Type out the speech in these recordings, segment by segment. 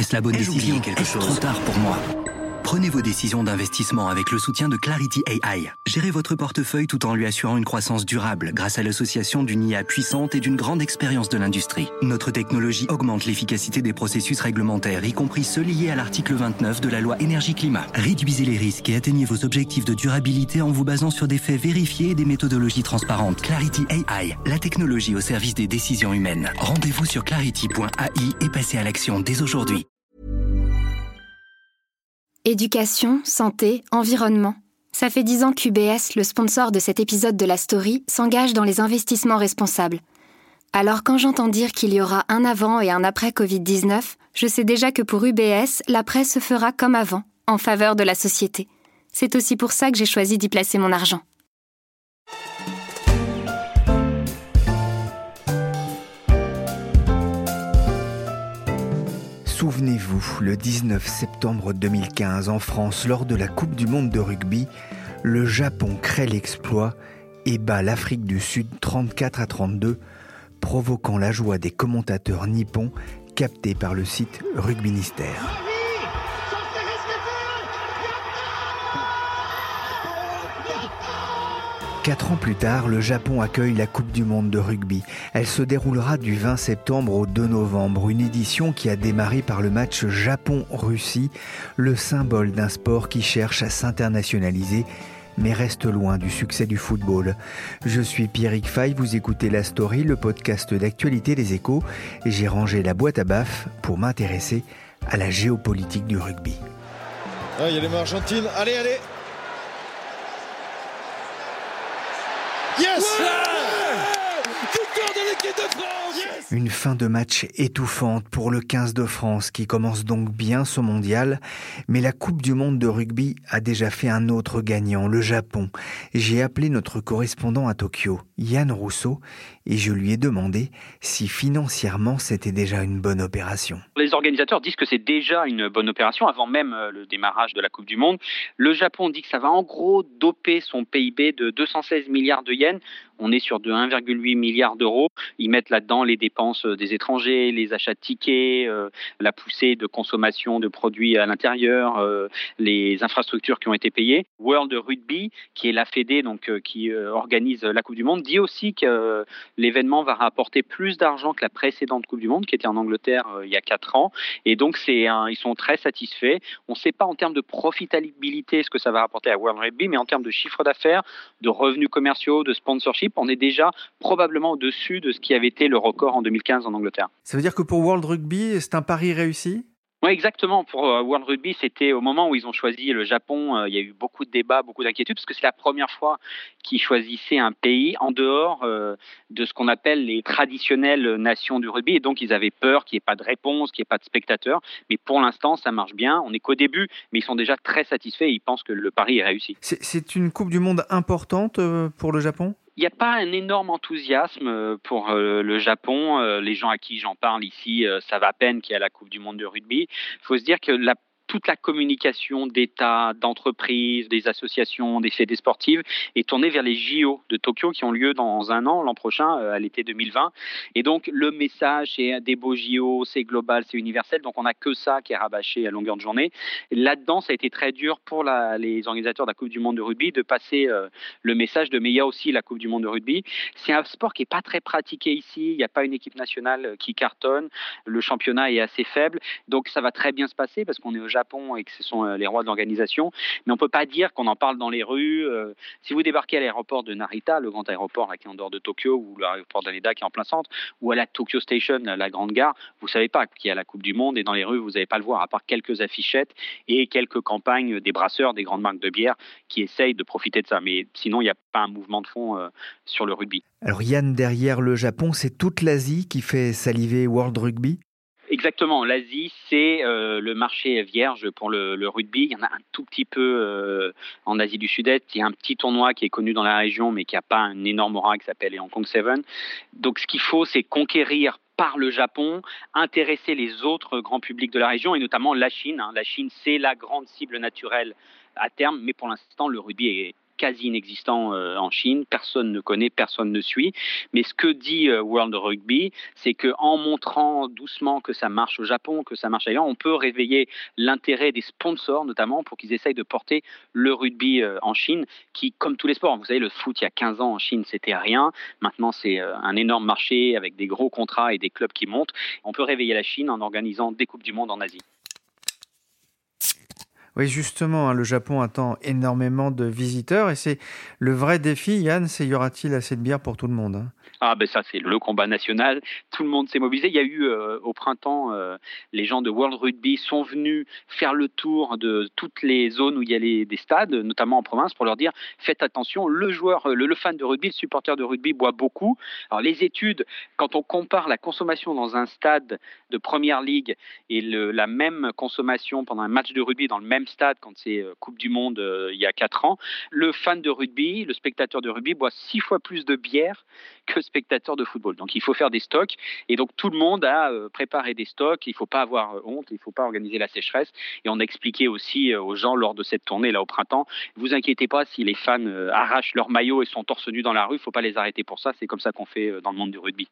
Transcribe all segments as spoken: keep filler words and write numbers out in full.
Est-ce la bonne Ai-je décision? oublié quelque Est-ce chose? trop tard pour moi? Prenez vos décisions d'investissement avec le soutien de Clarity A I. Gérez votre portefeuille tout en lui assurant une croissance durable grâce à l'association d'une I A puissante et d'une grande expérience de l'industrie. Notre technologie augmente l'efficacité des processus réglementaires, y compris ceux liés à l'article vingt-neuf de la loi énergie-climat. Réduisez les risques et atteignez vos objectifs de durabilité en vous basant sur des faits vérifiés et des méthodologies transparentes. Clarity A I, la technologie au service des décisions humaines. Rendez-vous sur clarity point A I et passez à l'action dès aujourd'hui. Éducation, santé, environnement. Ça fait dix ans qu'U B S, le sponsor de cet épisode de la story, s'engage dans les investissements responsables. Alors quand j'entends dire qu'il y aura un avant et un après covid dix-neuf, je sais déjà que pour U B S, l'après se fera comme avant, en faveur de la société. C'est aussi pour ça que j'ai choisi d'y placer mon argent. Souvenez-vous, le dix-neuf septembre deux mille quinze, en France, lors de la Coupe du monde de rugby, le Japon crée l'exploit et bat l'Afrique du Sud trente-quatre à trente-deux, provoquant la joie des commentateurs nippons captés par le site Rugbynister. Quatre ans plus tard, le Japon accueille la Coupe du monde de rugby. Elle se déroulera du vingt septembre au deux novembre, une édition qui a démarré par le match Japon-Russie, le symbole d'un sport qui cherche à s'internationaliser, mais reste loin du succès du football. Je suis Pierrick Fay, vous écoutez La Story, le podcast d'actualité des Échos, et j'ai rangé la boîte à baffes pour m'intéresser à la géopolitique du rugby. Ah, il y a les mains argentines, allez, allez. Yes! Ouais! Victoire de l'équipe de France! Yes! Une fin de match étouffante pour le quinze de France qui commence donc bien son mondial, mais la Coupe du monde de rugby a déjà fait un autre gagnant, le Japon. J'ai appelé notre correspondant à Tokyo, Yann Rousseau, et je lui ai demandé si financièrement c'était déjà une bonne opération. Les organisateurs disent que c'est déjà une bonne opération avant même le démarrage de la Coupe du Monde. Le Japon dit que ça va en gros doper son P I B de deux cent seize milliards de yens. On est sur de un virgule huit milliard d'euros. Ils mettent là-dedans les dépenses des étrangers, les achats de tickets, euh, la poussée de consommation de produits à l'intérieur, euh, les infrastructures qui ont été payées. World Rugby, qui est la fédé donc, euh, qui euh, organise la Coupe du Monde, dit aussi que euh, l'événement va rapporter plus d'argent que la précédente Coupe du Monde, qui était en Angleterre euh, il y a quatre ans. Et donc, c'est un, ils sont très satisfaits. On ne sait pas en termes de profitabilité ce que ça va rapporter à World Rugby, mais en termes de chiffre d'affaires, de revenus commerciaux, de sponsorship, on est déjà probablement au-dessus de ce qui avait été le record en deux mille quinze en Angleterre. Ça veut dire que pour World Rugby, c'est un pari réussi ? Oui, exactement. Pour euh, World Rugby, c'était au moment où ils ont choisi le Japon, euh, il y a eu beaucoup de débats, beaucoup d'inquiétudes, parce que c'est la première fois qu'ils choisissaient un pays en dehors euh, de ce qu'on appelle les traditionnelles nations du rugby. Et donc, ils avaient peur qu'il n'y ait pas de réponse, qu'il n'y ait pas de spectateurs. Mais pour l'instant, ça marche bien. On n'est qu'au début, mais ils sont déjà très satisfaits et ils pensent que le pari est réussi. C'est, c'est une Coupe du Monde importante euh, pour le Japon ? Il n'y a pas un énorme enthousiasme pour euh, le Japon. Euh, les gens à qui j'en parle ici euh, savent à peine qu'il y a la Coupe du monde de rugby. Il faut se dire que la toute la communication d'État, d'entreprises, des associations, des fédés sportives est tournée vers les J O de Tokyo qui ont lieu dans un an, l'an prochain, à l'été deux mille vingt. Et donc, le message, c'est des beaux J O, c'est global, c'est universel. Donc, on n'a que ça qui est rabâché à longueur de journée. Et là-dedans, ça a été très dur pour la, les organisateurs de la Coupe du monde de rugby de passer euh, le message de mais il y a aussi la Coupe du monde de rugby. C'est un sport qui n'est pas très pratiqué ici. Il n'y a pas une équipe nationale qui cartonne. Le championnat est assez faible. Donc, ça va très bien se passer parce qu'on est au Japon et que ce sont les rois de l'organisation, mais on ne peut pas dire qu'on en parle dans les rues. Euh, si vous débarquez à l'aéroport de Narita, le grand aéroport là, qui est en dehors de Tokyo, ou l'aéroport d'Haneda qui est en plein centre, ou à la Tokyo Station, la grande gare, vous ne savez pas qu'il y a la Coupe du Monde et dans les rues, vous n'allez pas le voir, à part quelques affichettes et quelques campagnes des brasseurs, des grandes marques de bière qui essayent de profiter de ça. Mais sinon, il n'y a pas un mouvement de fond euh, sur le rugby. Alors Yann, derrière le Japon, c'est toute l'Asie qui fait saliver World Rugby ? Exactement, l'Asie, c'est euh, le marché vierge pour le, le rugby. Il y en a un tout petit peu euh, en Asie du Sud-Est. Il y a un petit tournoi qui est connu dans la région, mais qui n'a pas un énorme aura, qui s'appelle les Hong Kong Seven. Donc ce qu'il faut, c'est conquérir par le Japon, intéresser les autres grands publics de la région, et notamment la Chine. La Chine, c'est la grande cible naturelle à terme, mais pour l'instant, le rugby est quasi inexistant euh, en Chine, personne ne connaît, personne ne suit. Mais ce que dit euh, World Rugby, c'est qu'en montrant doucement que ça marche au Japon, que ça marche ailleurs, on peut réveiller l'intérêt des sponsors, notamment pour qu'ils essayent de porter le rugby euh, en Chine, qui, comme tous les sports, vous savez, le foot il y a quinze ans en Chine, c'était rien. Maintenant, c'est euh, un énorme marché avec des gros contrats et des clubs qui montent. On peut réveiller la Chine en organisant des Coupes du Monde en Asie. Oui, justement, hein, le Japon attend énormément de visiteurs et c'est le vrai défi, Yann, c'est y aura-t-il assez de bière pour tout le monde, hein ? Ah ben ça c'est le combat national, tout le monde s'est mobilisé. Il y a eu euh, au printemps, euh, les gens de World Rugby sont venus faire le tour de toutes les zones où il y a les, des stades, notamment en province, pour leur dire faites attention, le joueur, le, le fan de rugby, le supporter de rugby boit beaucoup. Alors les études, quand on compare la consommation dans un stade de première ligue et le, la même consommation pendant un match de rugby dans le même stade quand c'est euh, Coupe du Monde euh, il y a quatre ans, le fan de rugby, le spectateur de rugby boit six fois plus de bière que spectateurs de football. Donc il faut faire des stocks et donc tout le monde a euh, préparé des stocks, il ne faut pas avoir honte, il ne faut pas organiser la sécheresse et on a expliqué aussi euh, aux gens lors de cette tournée là au printemps, vous inquiétez pas si les fans euh, arrachent leur maillot et sont torse nu dans la rue, il ne faut pas les arrêter pour ça, c'est comme ça qu'on fait euh, dans le monde du rugby.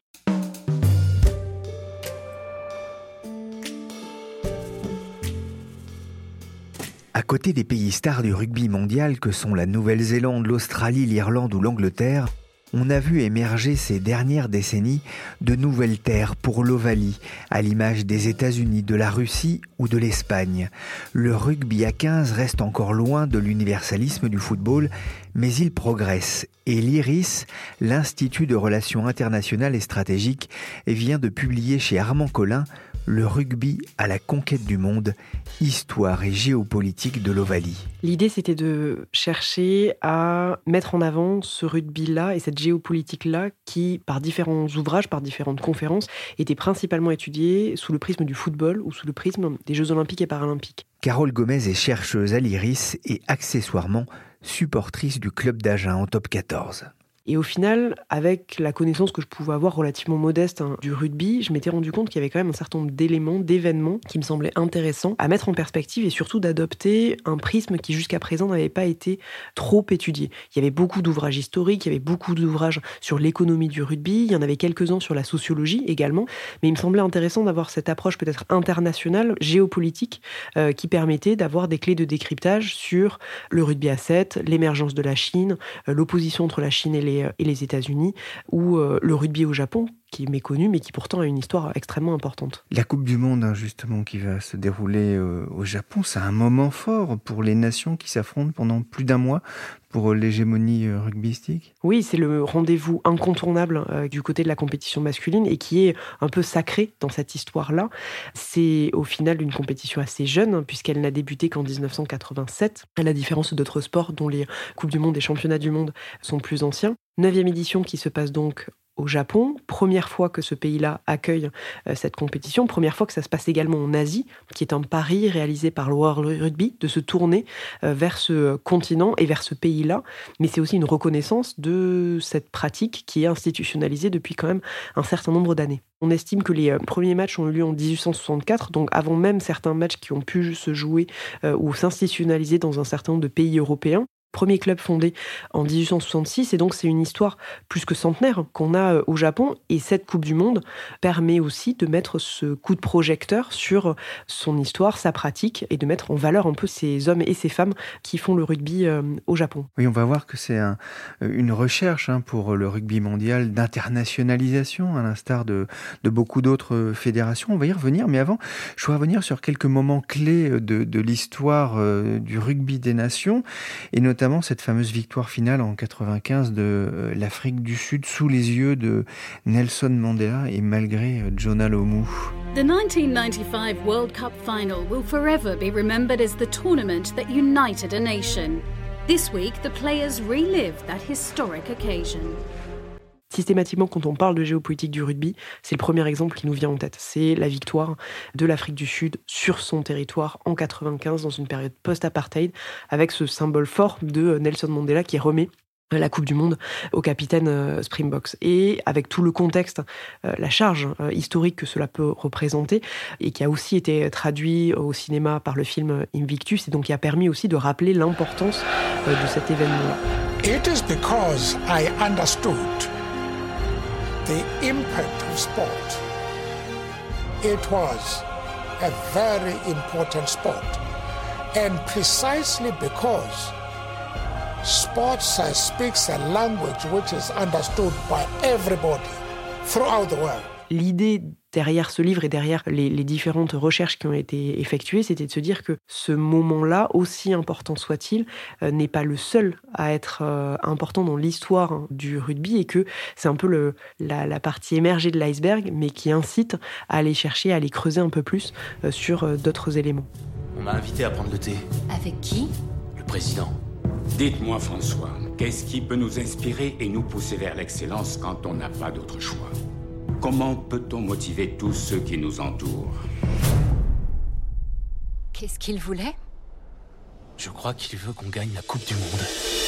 À côté des pays stars du rugby mondial que sont la Nouvelle-Zélande, l'Australie, l'Irlande ou l'Angleterre, on a vu émerger ces dernières décennies de nouvelles terres pour l'Ovalie, à l'image des États-Unis, de la Russie ou de l'Espagne. Le rugby à quinze reste encore loin de l'universalisme du football, mais il progresse. Et l'I R I S, l'Institut de Relations Internationales et Stratégiques, vient de publier chez Armand Collin Le rugby à la conquête du monde, histoire et géopolitique de l'Ovalie. L'idée, c'était de chercher à mettre en avant ce rugby-là et cette géopolitique-là qui, par différents ouvrages, par différentes conférences, était principalement étudiée sous le prisme du football ou sous le prisme des Jeux Olympiques et Paralympiques. Carole Gomez est chercheuse à l'I R I S et accessoirement supportrice du club d'Agen en top quatorze. Et au final, avec la connaissance que je pouvais avoir relativement modeste hein, du rugby, je m'étais rendu compte qu'il y avait quand même un certain nombre d'éléments, d'événements qui me semblaient intéressants à mettre en perspective et surtout d'adopter un prisme qui jusqu'à présent n'avait pas été trop étudié. Il y avait beaucoup d'ouvrages historiques, il y avait beaucoup d'ouvrages sur l'économie du rugby, il y en avait quelques-uns sur la sociologie également, mais il me semblait intéressant d'avoir cette approche peut-être internationale, géopolitique, euh, qui permettait d'avoir des clés de décryptage sur le rugby à sept, l'émergence de la Chine, euh, l'opposition entre la Chine et les et les États-Unis, ou euh, le rugby au Japon, qui est méconnu, mais qui pourtant a une histoire extrêmement importante. La Coupe du Monde, hein, justement, qui va se dérouler euh, au Japon, c'est un moment fort pour les nations qui s'affrontent pendant plus d'un mois pour l'hégémonie euh, rugbystique. Oui, c'est le rendez-vous incontournable euh, du côté de la compétition masculine et qui est un peu sacré dans cette histoire-là. C'est au final une compétition assez jeune, hein, puisqu'elle n'a débuté qu'en dix-neuf cent quatre-vingt-sept, à la différence d'autres sports dont les Coupes du Monde et Championnats du Monde sont plus anciens. Neuvième édition qui se passe donc au Japon, première fois que ce pays-là accueille euh, cette compétition, première fois que ça se passe également en Asie, qui est un pari réalisé par le World Rugby de se tourner euh, vers ce continent et vers ce pays-là, mais c'est aussi une reconnaissance de cette pratique qui est institutionnalisée depuis quand même un certain nombre d'années. On estime que les euh, premiers matchs ont eu lieu en dix-huit cent soixante-quatre, donc avant même certains matchs qui ont pu se jouer euh, ou s'institutionnaliser dans un certain nombre de pays européens. Premier club fondé en dix-huit cent soixante-six, et donc c'est une histoire plus que centenaire qu'on a au Japon, et cette Coupe du Monde permet aussi de mettre ce coup de projecteur sur son histoire, sa pratique, et de mettre en valeur un peu ces hommes et ces femmes qui font le rugby euh, au Japon. Oui, on va voir que c'est un, une recherche hein, pour le rugby mondial d'internationalisation, à l'instar de, de beaucoup d'autres fédérations. On va y revenir, mais avant, je voudrais revenir sur quelques moments clés de, de l'histoire euh, du rugby des nations, et notamment notamment cette fameuse victoire finale en quatre-vingt-quinze de l'Afrique du Sud sous les yeux de Nelson Mandela et malgré Jonah Lomu. The nineteen ninety-five World Cup final will forever be remembered as the tournament that united a nation. This week, the players relived that historic occasion. Systématiquement, quand on parle de géopolitique du rugby, c'est le premier exemple qui nous vient en tête. C'est la victoire de l'Afrique du Sud sur son territoire en quatre-vingt-quinze, dans une période post-apartheid, avec ce symbole fort de Nelson Mandela qui remet la Coupe du Monde au capitaine euh, Springboks. Et avec tout le contexte, euh, la charge euh, historique que cela peut représenter, et qui a aussi été traduit au cinéma par le film Invictus, et donc qui a permis aussi de rappeler l'importance euh, de cet événement-là. It is because I understood the impact of sport. It was a very important sport. And precisely because sports speaks a language which is understood by everybody throughout the world. L'idée derrière ce livre et derrière les, les différentes recherches qui ont été effectuées, c'était de se dire que ce moment-là, aussi important soit-il, euh, n'est pas le seul à être euh, important dans l'histoire hein, du rugby, et que c'est un peu le, la, la partie émergée de l'iceberg, mais qui incite à aller chercher, à aller creuser un peu plus euh, sur euh, d'autres éléments. On m'a invité à prendre le thé. Avec qui ? Le président. Dites-moi, François, qu'est-ce qui peut nous inspirer et nous pousser vers l'excellence quand on n'a pas d'autre choix ? Comment peut-on motiver tous ceux qui nous entourent ? Qu'est-ce qu'il voulait ? Je crois qu'il veut qu'on gagne la Coupe du Monde.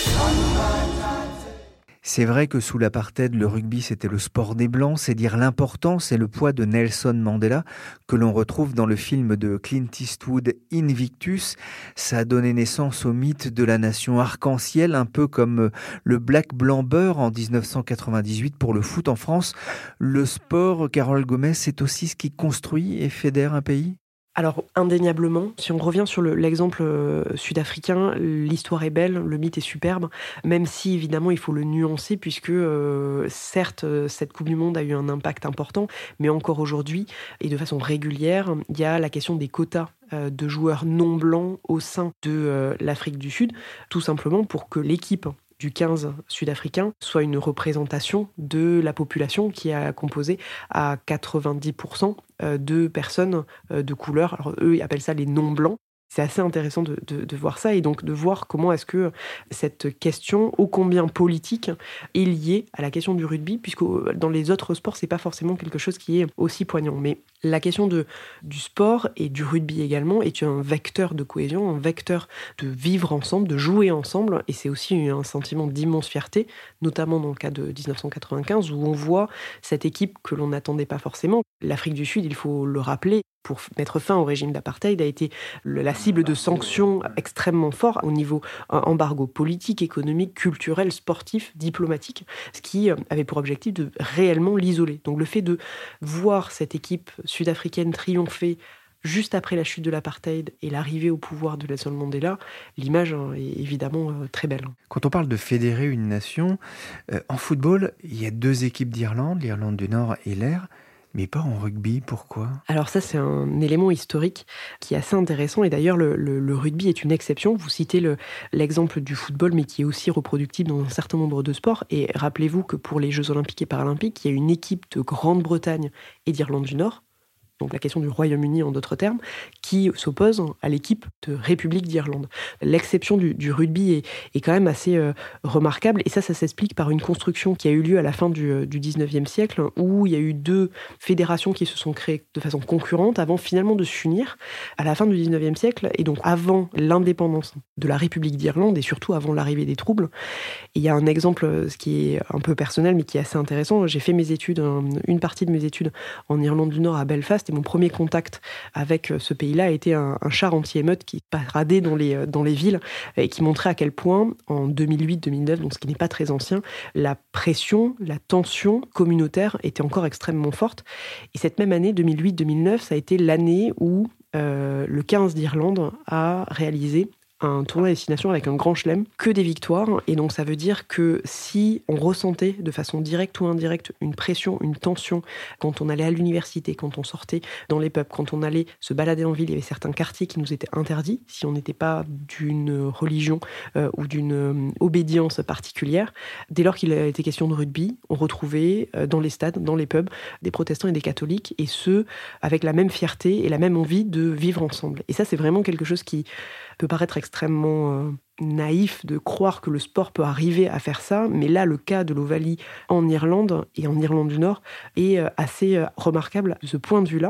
C'est vrai que sous l'apartheid, le rugby, c'était le sport des Blancs. C'est dire l'importance et le poids de Nelson Mandela, que l'on retrouve dans le film de Clint Eastwood, Invictus. Ça a donné naissance au mythe de la nation arc-en-ciel, un peu comme le Black Blanc Beurre en dix-neuf cent quatre-vingt-dix-huit pour le foot en France. Le sport, Carole Gomez, c'est aussi ce qui construit et fédère un pays ? Alors, indéniablement, si on revient sur le, l'exemple euh, sud-africain, l'histoire est belle, le mythe est superbe, même si, évidemment, il faut le nuancer, puisque, euh, certes, cette Coupe du Monde a eu un impact important, mais encore aujourd'hui, et de façon régulière, il y a la question des quotas euh, de joueurs non blancs au sein de euh, l'Afrique du Sud, tout simplement pour que l'équipe du quinze sud-africain soit une représentation de la population qui a composé à quatre-vingt-dix pour cent de personnes de couleur. Alors eux, ils appellent ça les non-blancs. C'est assez intéressant de, de, de voir ça, et donc de voir comment est-ce que cette question, ô combien politique, est liée à la question du rugby, puisque dans les autres sports, c'est pas forcément quelque chose qui est aussi poignant. Mais la question de, du sport et du rugby également est un vecteur de cohésion, un vecteur de vivre ensemble, de jouer ensemble, et c'est aussi un sentiment d'immense fierté, notamment dans le cas de dix-neuf cent quatre-vingt-quinze, où on voit cette équipe que l'on n'attendait pas forcément. L'Afrique du Sud, il faut le rappeler, pour mettre fin au régime d'apartheid, a été la cible de sanctions extrêmement fortes au niveau embargo politique, économique, culturel, sportif, diplomatique, ce qui avait pour objectif de réellement l'isoler. Donc le fait de voir cette équipe sud-africaine triompher juste après la chute de l'apartheid et l'arrivée au pouvoir de Nelson Mandela, l'image est évidemment très belle. Quand on parle de fédérer une nation, euh, en football, il y a deux équipes d'Irlande, l'Irlande du Nord et l'Air. Mais pas en rugby, pourquoi ? Alors ça, c'est un élément historique qui est assez intéressant, et d'ailleurs le, le, le rugby est une exception. Vous citez le, l'exemple du football, mais qui est aussi reproductible dans un certain nombre de sports, et rappelez-vous que pour les Jeux Olympiques et Paralympiques, il y a une équipe de Grande-Bretagne et d'Irlande du Nord, donc la question du Royaume-Uni en d'autres termes, qui s'oppose à l'équipe de République d'Irlande. L'exception du, du rugby est, est quand même assez euh, remarquable, et ça, ça s'explique par une construction qui a eu lieu à la fin du, du dix-neuvième siècle, où il y a eu deux fédérations qui se sont créées de façon concurrente avant finalement de s'unir à la fin du dix-neuvième siècle, et donc avant l'indépendance de la République d'Irlande, et surtout avant l'arrivée des troubles. Et il y a un exemple, ce qui est un peu personnel, mais qui est assez intéressant. J'ai fait mes études, une partie de mes études en Irlande du Nord à Belfast, et mon premier contact avec ce pays-là a été un, un char anti-émeute qui paradait dans les, dans les villes et qui montrait à quel point, en deux mille huit deux mille neuf, donc ce qui n'est pas très ancien, la pression, la tension communautaire était encore extrêmement forte. Et cette même année, deux mille huit deux mille neuf, ça a été l'année où euh, le quinze d'Irlande a réalisé un tournoi à destination avec un grand chelem, que des victoires. Et donc ça veut dire que si on ressentait de façon directe ou indirecte une pression, une tension, quand on allait à l'université, quand on sortait dans les pubs, quand on allait se balader en ville, il y avait certains quartiers qui nous étaient interdits si on n'était pas d'une religion euh, ou d'une euh, obédience particulière. Dès lors qu'il était question de rugby, on retrouvait euh, dans les stades, dans les pubs, des protestants et des catholiques, et ceux avec la même fierté et la même envie de vivre ensemble. Et ça, c'est vraiment quelque chose qui peut paraître extrêmement euh, naïf de croire que le sport peut arriver à faire ça, mais là, le cas de l'Ovalie en Irlande et en Irlande du Nord est euh, assez euh, remarquable de ce point de vue-là.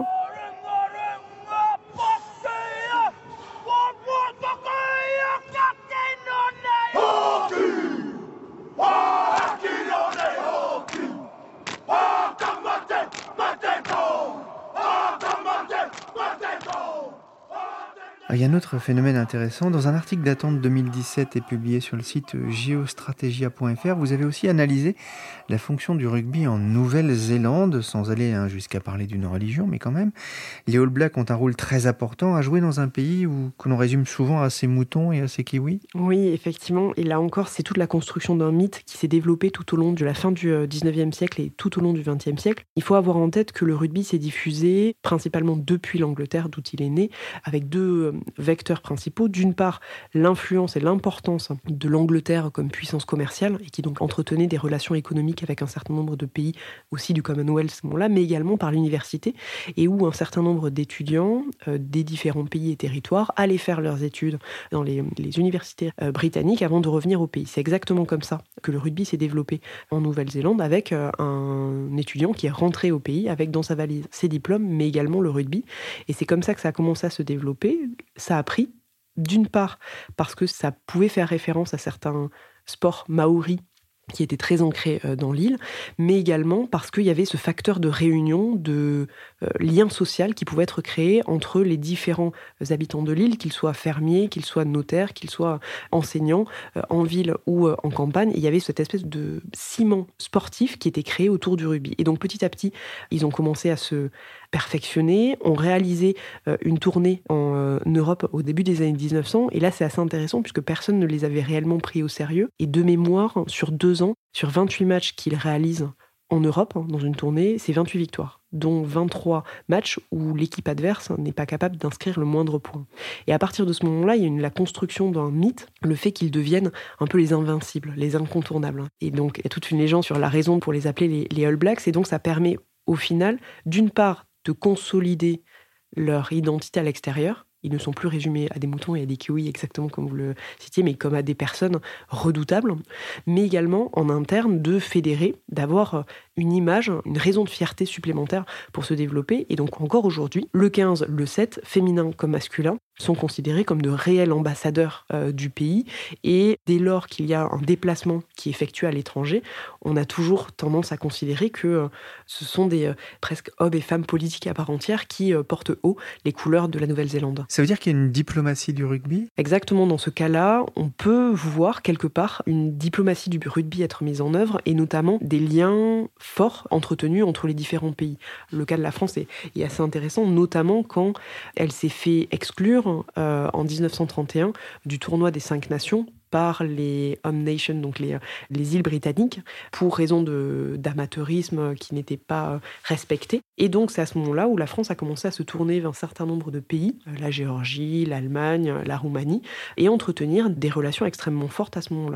Il y a un autre phénomène intéressant. Dans un article datant de deux mille dix-sept et publié sur le site geostrategia point f r, vous avez aussi analysé la fonction du rugby en Nouvelle-Zélande, sans aller hein, jusqu'à parler d'une religion, mais quand même. Les All Blacks ont un rôle très important à jouer dans un pays où, que l'on résume souvent à ses moutons et à ses kiwis. Oui, effectivement. Et là encore, c'est toute la construction d'un mythe qui s'est développé tout au long de la fin du dix-neuvième siècle et tout au long du vingtième siècle. Il faut avoir en tête que le rugby s'est diffusé principalement depuis l'Angleterre, d'où il est né, avec deux vecteurs principaux. D'une part, l'influence et l'importance de l'Angleterre comme puissance commerciale et qui donc entretenait des relations économiques avec un certain nombre de pays aussi du Commonwealth à ce moment-là, mais également par l'université et où un certain nombre d'étudiants euh, des différents pays et territoires allaient faire leurs études dans les, les universités euh, britanniques avant de revenir au pays. C'est exactement comme ça que le rugby s'est développé en Nouvelle-Zélande avec euh, un étudiant qui est rentré au pays avec dans sa valise ses diplômes, mais également le rugby. Et c'est comme ça que ça a commencé à se développer. Ça a pris, d'une part, parce que ça pouvait faire référence à certains sports maoris qui étaient très ancrés dans l'île, mais également parce qu'il y avait ce facteur de réunion, de euh, lien social qui pouvait être créé entre les différents habitants de l'île, qu'ils soient fermiers, qu'ils soient notaires, qu'ils soient enseignants, euh, en ville ou euh, en campagne. Et il y avait cette espèce de ciment sportif qui était créé autour du rugby. Et donc petit à petit, ils ont commencé à se perfectionner, ont réalisé euh, une tournée en euh, Europe au début des années dix-neuf cents. Et là, c'est assez intéressant puisque personne ne les avait réellement pris au sérieux. Et de mémoire, sur deux ans, sur vingt-huit matchs qu'ils réalisent en Europe, hein, dans une tournée, c'est vingt-huit victoires, dont vingt-trois matchs où l'équipe adverse n'est pas capable d'inscrire le moindre point. Et à partir de ce moment-là, il y a une, la construction d'un mythe, le fait qu'ils deviennent un peu les invincibles, les incontournables. Et donc, il y a toute une légende sur la raison pour les appeler les, les All Blacks. Et donc, ça permet, au final, d'une part, de consolider leur identité à l'extérieur. Ils ne sont plus résumés à des moutons et à des kiwis, exactement comme vous le citiez, mais comme à des personnes redoutables, mais également en interne de fédérer, d'avoir une image, une raison de fierté supplémentaire pour se développer. Et donc encore aujourd'hui, le quinze, le sept, féminin comme masculin, sont considérés comme de réels ambassadeurs euh, du pays. Et dès lors qu'il y a un déplacement qui est effectué à l'étranger, on a toujours tendance à considérer que euh, ce sont des euh, presque hommes et femmes politiques à part entière qui euh, portent haut les couleurs de la Nouvelle-Zélande. Ça veut dire qu'il y a une diplomatie du rugby ? Exactement, dans ce cas-là, on peut voir quelque part une diplomatie du rugby être mise en œuvre et notamment des liens forts entretenus entre les différents pays. Le cas de la France est, est assez intéressant, notamment quand elle s'est fait exclure Euh, en dix-neuf cent trente et un du tournoi des cinq nations par les Home Nations, donc les, les îles britanniques, pour raison de, d'amateurisme qui n'était pas respecté. Et donc c'est à ce moment-là où la France a commencé à se tourner vers un certain nombre de pays, la Géorgie, l'Allemagne, la Roumanie, et entretenir des relations extrêmement fortes à ce moment-là.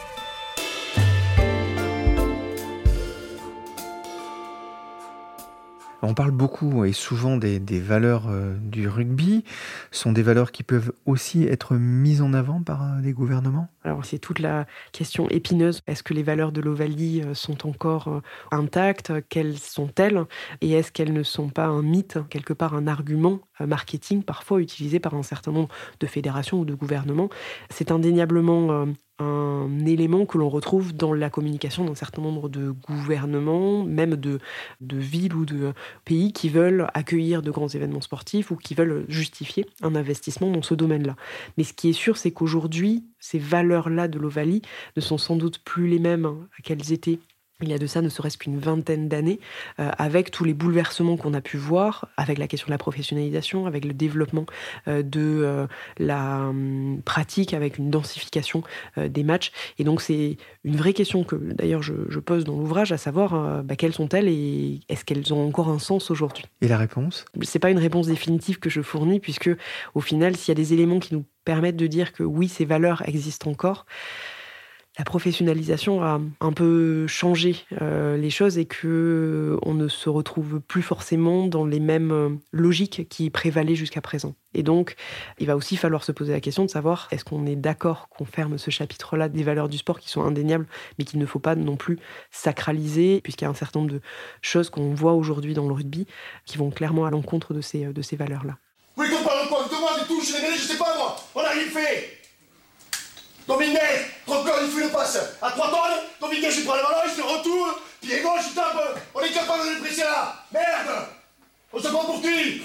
On parle beaucoup et souvent des, des valeurs euh, du rugby. Ce sont des valeurs qui peuvent aussi être mises en avant par euh, des gouvernements ? Alors c'est toute la question épineuse. Est-ce que les valeurs de l'Ovalie sont encore euh, intactes ? Quelles sont-elles ? Et est-ce qu'elles ne sont pas un mythe, quelque part un argument euh, marketing parfois utilisé par un certain nombre de fédérations ou de gouvernements ? C'est indéniablement euh, un élément que l'on retrouve dans la communication d'un certain nombre de gouvernements, même de, de villes ou de pays qui veulent accueillir de grands événements sportifs ou qui veulent justifier un investissement dans ce domaine-là. Mais ce qui est sûr, c'est qu'aujourd'hui, ces valeurs-là de l'Ovalie ne sont sans doute plus les mêmes hein, qu'elles étaient il y a de ça ne serait-ce qu'une vingtaine d'années, euh, avec tous les bouleversements qu'on a pu voir, avec la question de la professionnalisation, avec le développement euh, de euh, la euh, pratique, avec une densification euh, des matchs. Et donc c'est une vraie question que d'ailleurs je, je pose dans l'ouvrage, à savoir euh, bah, quelles sont-elles et est-ce qu'elles ont encore un sens aujourd'hui ? Et la réponse ? C'est pas une réponse définitive que je fournis, puisque au final, s'il y a des éléments qui nous permettent de dire que oui, ces valeurs existent encore, la professionnalisation a un peu changé euh, les choses et que on ne se retrouve plus forcément dans les mêmes logiques qui prévalaient jusqu'à présent. Et donc, il va aussi falloir se poser la question de savoir est-ce qu'on est d'accord qu'on ferme ce chapitre-là des valeurs du sport qui sont indéniables, mais qu'il ne faut pas non plus sacraliser, puisqu'il y a un certain nombre de choses qu'on voit aujourd'hui dans le rugby qui vont clairement à l'encontre de ces, de ces valeurs-là. Oui, qu'on parle quoi ? De moi, des touches, les mêlées, je sais pas moi. On a rien fait. Dominguez, encore il fait le passe à trois tonnes, Dominguez il prend le ballon, il se retourne, pied gauche il tape, on est capable de le presser là, merde, on se prend pour qui ?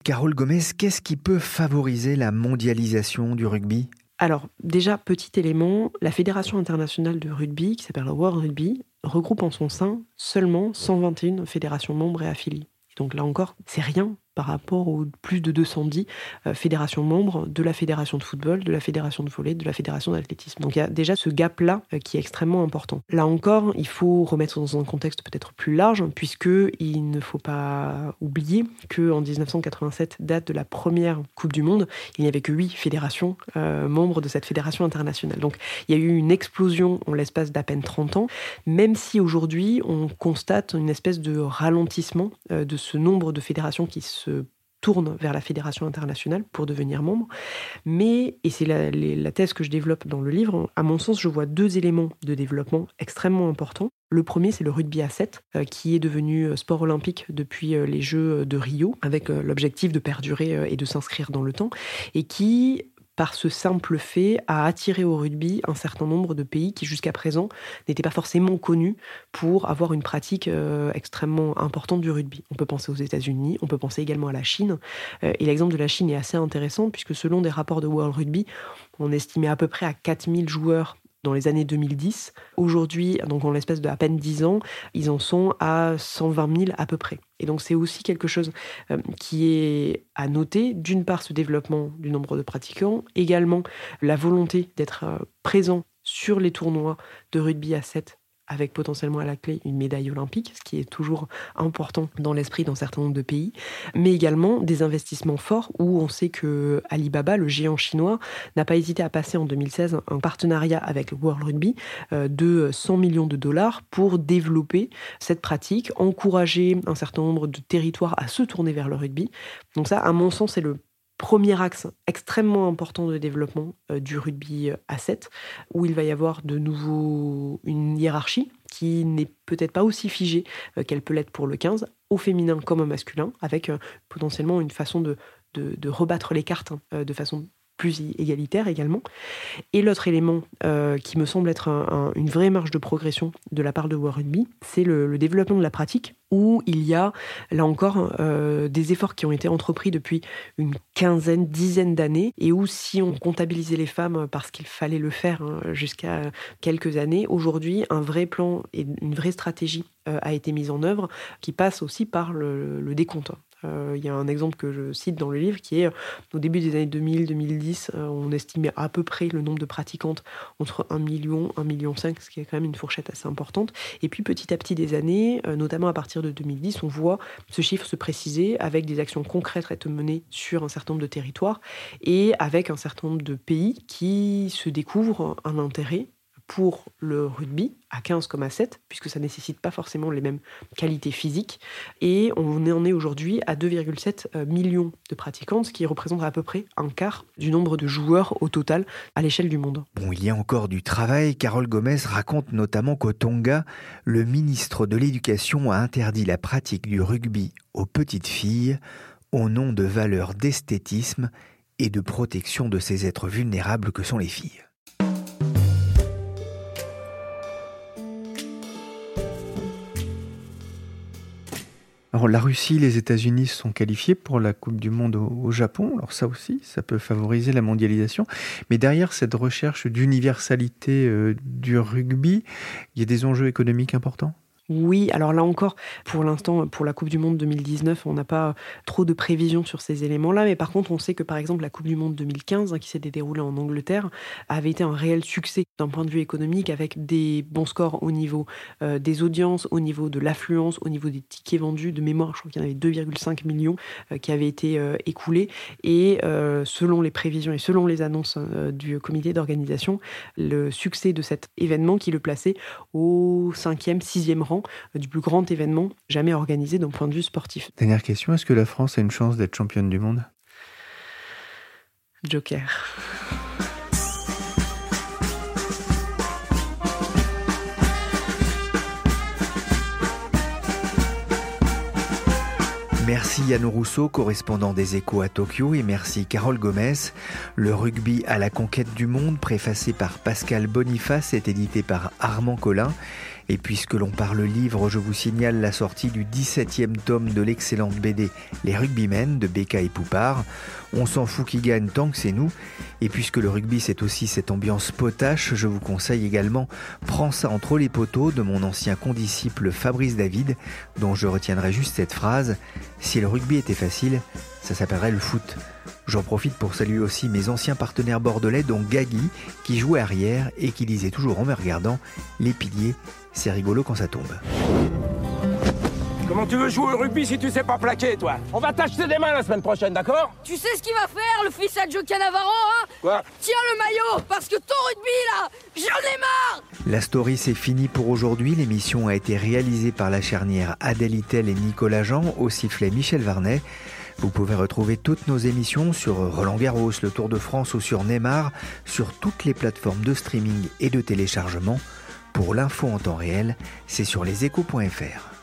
Carole Gomez, qu'est-ce qui peut favoriser la mondialisation du rugby ? Alors, déjà, petit élément, la Fédération internationale de rugby, qui s'appelle World Rugby, regroupe en son sein seulement cent vingt et une fédérations membres et affiliées. Et donc là encore, c'est rien par rapport aux plus de deux cent dix euh, fédérations membres de la fédération de football, de la fédération de volley, de la fédération d'athlétisme. Donc il y a déjà ce gap-là euh, qui est extrêmement important. Là encore, il faut remettre dans un contexte peut-être plus large, puisqu'il ne faut pas oublier qu'en dix-neuf cent quatre-vingt-sept, date de la première Coupe du Monde, il n'y avait que huit fédérations euh, membres de cette fédération internationale. Donc il y a eu une explosion en l'espace d'à peine trente ans, même si aujourd'hui on constate une espèce de ralentissement euh, de ce nombre de fédérations qui se se tournent vers la fédération internationale pour devenir membre. Mais, et c'est la, la thèse que je développe dans le livre, à mon sens, je vois deux éléments de développement extrêmement importants. Le premier, c'est le rugby à sept, euh, qui est devenu sport olympique depuis euh, les Jeux de Rio, avec euh, l'objectif de perdurer euh, et de s'inscrire dans le temps, et qui, par ce simple fait, a attiré au rugby un certain nombre de pays qui, jusqu'à présent, n'étaient pas forcément connus pour avoir une pratique euh, extrêmement importante du rugby. On peut penser aux États-Unis, on peut penser également à la Chine. Euh, et l'exemple de la Chine est assez intéressant, puisque selon des rapports de World Rugby, on estimait à peu près à quatre mille joueurs dans les années deux mille dix. Aujourd'hui, donc en l'espace de à peine dix ans, ils en sont à cent vingt mille à peu près. Et donc c'est aussi quelque chose euh, qui est à noter. D'une part, ce développement du nombre de pratiquants, également la volonté d'être euh, présent sur les tournois de rugby à sept, avec potentiellement à la clé une médaille olympique, ce qui est toujours important dans l'esprit d'un certain nombre de pays, mais également des investissements forts où on sait que Alibaba, le géant chinois, n'a pas hésité à passer en deux mille seize un partenariat avec le World Rugby euh, de cent millions de dollars pour développer cette pratique, encourager un certain nombre de territoires à se tourner vers le rugby. Donc ça, à mon sens, c'est le premier axe extrêmement important de développement euh, du rugby à sept, où il va y avoir de nouveau une hiérarchie qui n'est peut-être pas aussi figée euh, qu'elle peut l'être pour le quinze, au féminin comme au masculin, avec euh, potentiellement une façon de, de, de rebattre les cartes hein, euh, de façon plus égalitaire également. Et l'autre élément euh, qui me semble être un, un, une vraie marge de progression de la part de World Rugby, c'est le, le développement de la pratique, où il y a, là encore, euh, des efforts qui ont été entrepris depuis une quinzaine, dizaine d'années, et où si on comptabilisait les femmes parce qu'il fallait le faire hein, jusqu'à quelques années, aujourd'hui, un vrai plan et une vraie stratégie euh, a été mise en œuvre, qui passe aussi par le, le décompte. Il y a un exemple que je cite dans le livre qui est au début des années deux mille, deux mille dix, on estimait à peu près le nombre de pratiquantes entre un million, un virgule cinq million, ce qui est quand même une fourchette assez importante. Et puis petit à petit des années, notamment à partir de deux mille dix, on voit ce chiffre se préciser avec des actions concrètes être menées sur un certain nombre de territoires et avec un certain nombre de pays qui se découvrent un intérêt pour le rugby, à quinze comme à sept, puisque ça ne nécessite pas forcément les mêmes qualités physiques. Et on en est aujourd'hui à deux virgule sept millions de pratiquants, ce qui représente à peu près un quart du nombre de joueurs au total à l'échelle du monde. Bon, il y a encore du travail. Carole Gomez raconte notamment qu'au Tonga, le ministre de l'Éducation a interdit la pratique du rugby aux petites filles au nom de valeurs d'esthétisme et de protection de ces êtres vulnérables que sont les filles. Alors, la Russie et les États-Unis sont qualifiés pour la Coupe du Monde au, au Japon. Alors ça aussi, ça peut favoriser la mondialisation. Mais derrière cette recherche d'universalité euh, du rugby, il y a des enjeux économiques importants ? Oui, alors là encore, pour l'instant, pour la Coupe du Monde deux mille dix-neuf, on n'a pas trop de prévisions sur ces éléments-là, mais par contre, on sait que par exemple la Coupe du Monde deux mille quinze, hein, qui s'était déroulée en Angleterre, avait été un réel succès d'un point de vue économique, avec des bons scores au niveau euh, des audiences, au niveau de l'affluence, au niveau des tickets vendus. De mémoire, je crois qu'il y en avait deux virgule cinq millions euh, qui avaient été euh, écoulés, et euh, selon les prévisions et selon les annonces euh, du comité d'organisation, le succès de cet événement qui le plaçait au cinquième, sixième rang du plus grand événement jamais organisé d'un point de vue sportif. Dernière question, est-ce que la France a une chance d'être championne du monde ? Joker. Merci Yann Rousseau, correspondant des Échos à Tokyo, et merci Carole Gomez. Le rugby à la conquête du monde, préfacé par Pascal Boniface, est édité par Armand Collin. Et puisque l'on parle livre, je vous signale la sortie du dix-septième tome de l'excellente B D Les Rugbymen de Becca et Poupard. On s'en fout qui gagne tant que c'est nous. Et puisque le rugby c'est aussi cette ambiance potache, je vous conseille également Prends ça entre les poteaux de mon ancien condisciple Fabrice David, dont je retiendrai juste cette phrase: si le rugby était facile, ça s'appellerait le foot. J'en profite pour saluer aussi mes anciens partenaires bordelais, dont Gagui, qui jouait arrière et qui disait toujours en me regardant: les piliers, c'est rigolo quand ça tombe. Comment tu veux jouer au rugby si tu sais pas plaquer, toi? On va t'acheter des mains la semaine prochaine, d'accord? Tu sais ce qu'il va faire, le fils à Joe Cannavaro, hein? Quoi? Tiens le maillot, parce que ton rugby, là, j'en ai marre! La story, c'est fini pour aujourd'hui. L'émission a été réalisée par la charnière Adèle Itel et Nicolas Jean, au sifflet Michel Varnet. Vous pouvez retrouver toutes nos émissions sur Roland-Garros, le Tour de France ou sur Neymar, sur toutes les plateformes de streaming et de téléchargement. Pour l'info en temps réel, c'est sur leséchos point f r.